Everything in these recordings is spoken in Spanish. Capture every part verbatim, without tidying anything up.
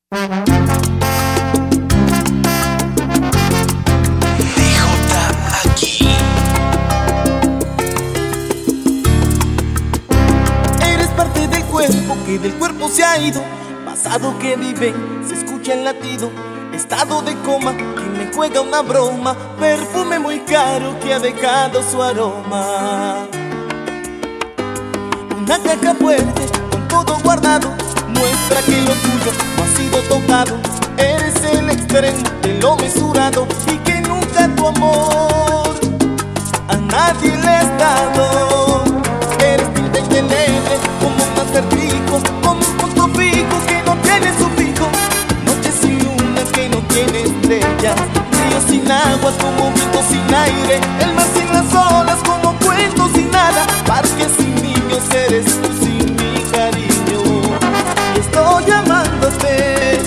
Que del cuerpo se ha ido, pasado que vive, se escucha el latido, estado de coma que me juega una broma, perfume muy caro que ha dejado su aroma. Una caja fuerte con todo guardado muestra que lo tuyo no ha sido tocado. Eres el extremo de lo mesurado y que nunca tu amor a nadie le has dado. Eres tinta indeleble como un acertijo, como un punto fijo que no tiene sufijo. Noche sin luna que no tiene estrellas, río sin agua como viento sin aire, el mar sin las olas como cuento sin nada, parque sin niños, eres tú sin mi cariño. Y estoy llamándote.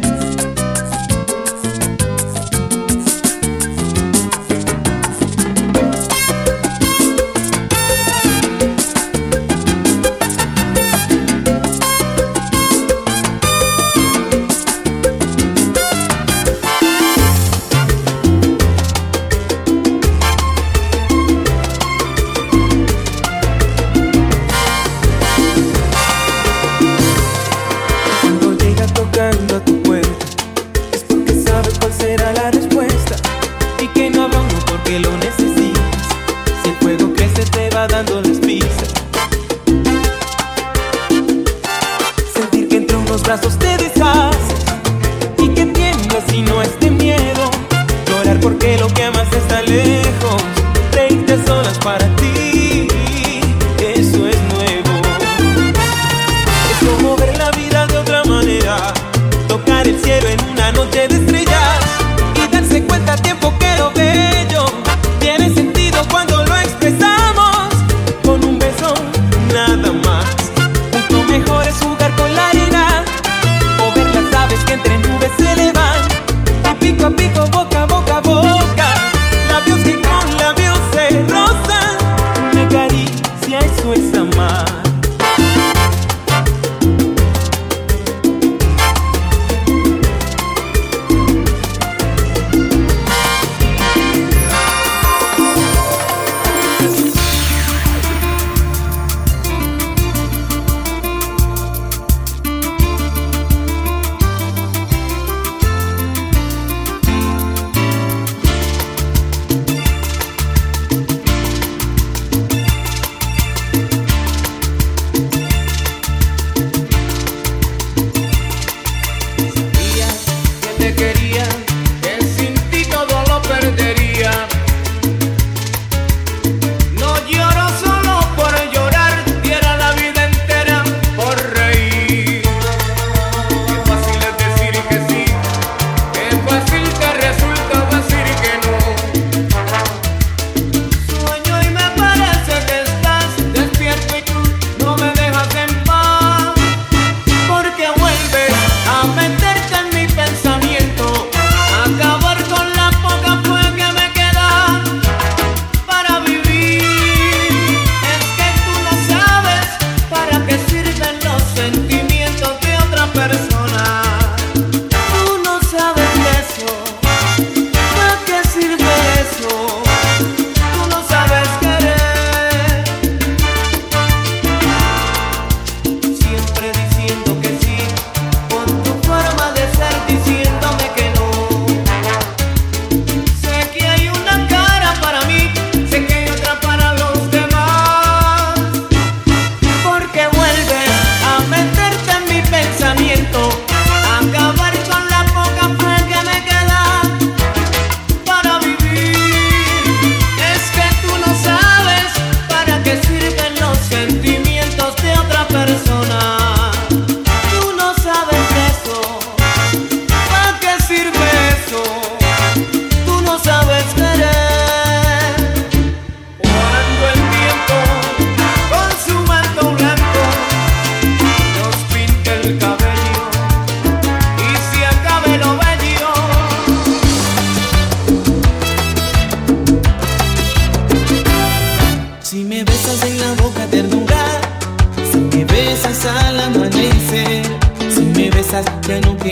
Brazos te deshaces y que tiemblas si no es de miedo. Llorar porque lo que amas está lejos. Reírte a solas para ti, eso es nuevo. Es como ver la vida de otra manera, tocar el cielo en una noche de estrellas y darse cuenta a tiempo que lo bello tiene sentido cuando lo expresamos con un beso, nada más. Junto mejor es jugar con la arena, que entre nubes se elevan y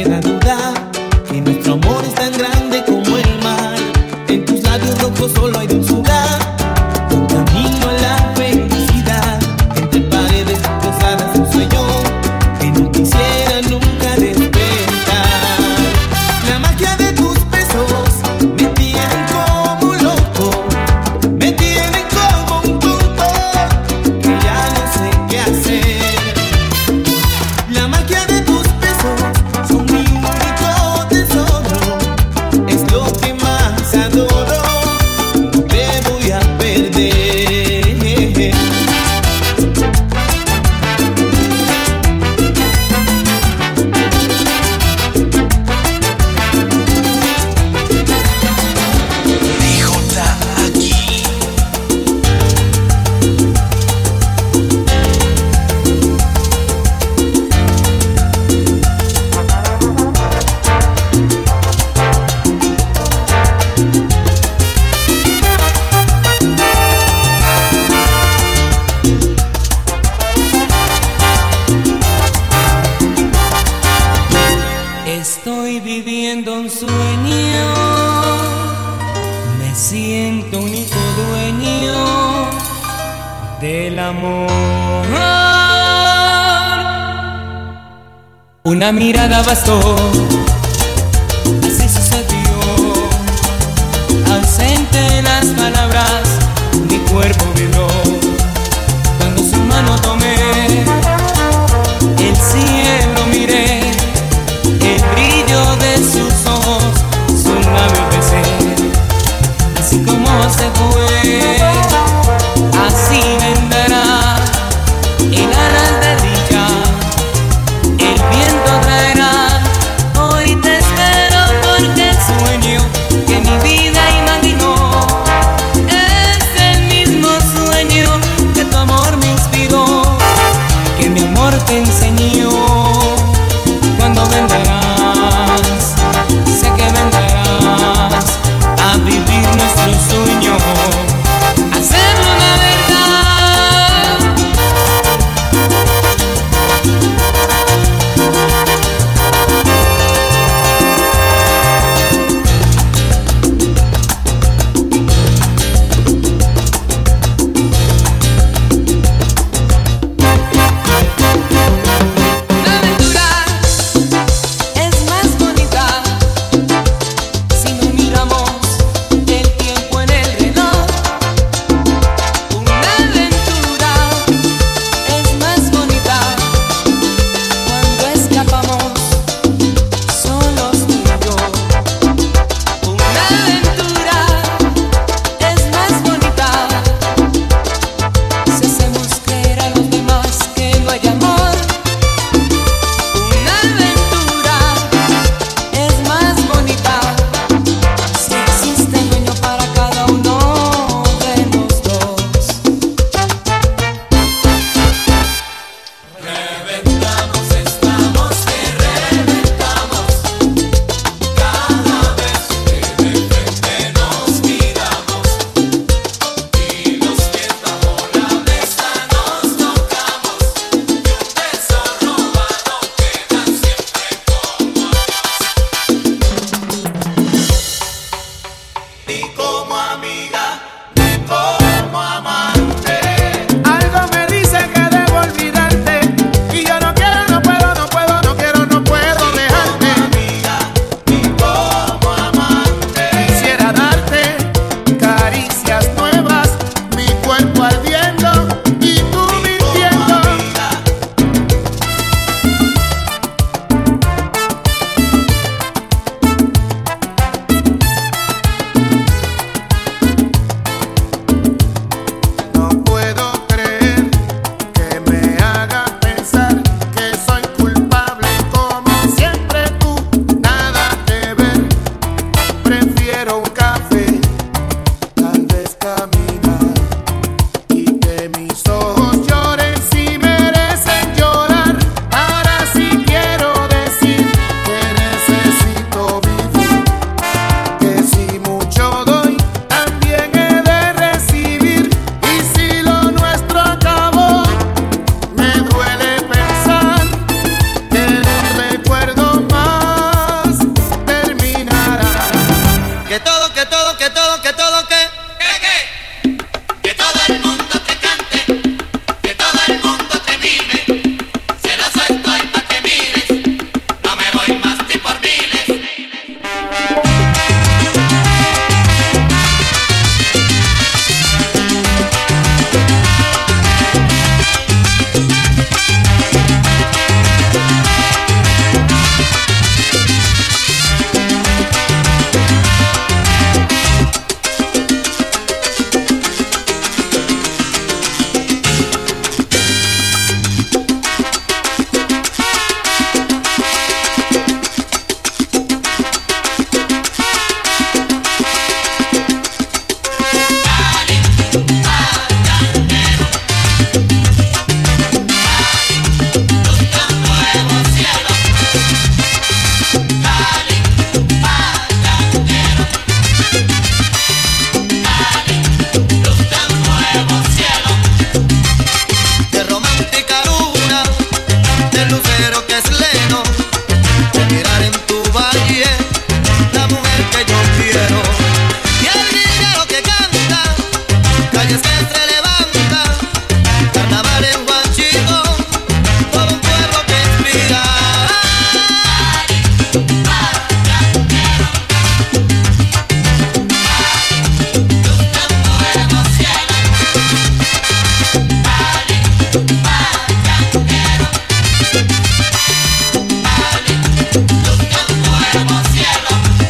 queda duda que nuestro amor es tan grande como el mar. En tus labios rojos solo hay dulzura, un camino a la felicidad. Entre paredes cruzadas un sueño que no quisiera nunca despertar. La magia de tus besos me tienen como un loco, me tienen como un tonto que ya no sé qué hacer. La magia de tus besos son mi único tesoro, es lo que más adoro, no te voy a perder. Estoy viviendo un sueño, me siento único dueño del amor. Una mirada bastó, así sucedió. Ausente en las palabras, mi cuerpo vibró. Cuando su mano tomé, el cielo miré, el brillo de sus ojos, su labio besé. Así como se fue, así vendrá el alas de dicha, el viento traerá. Hoy te espero porque el sueño que mi vida imaginó es el mismo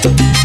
Hey.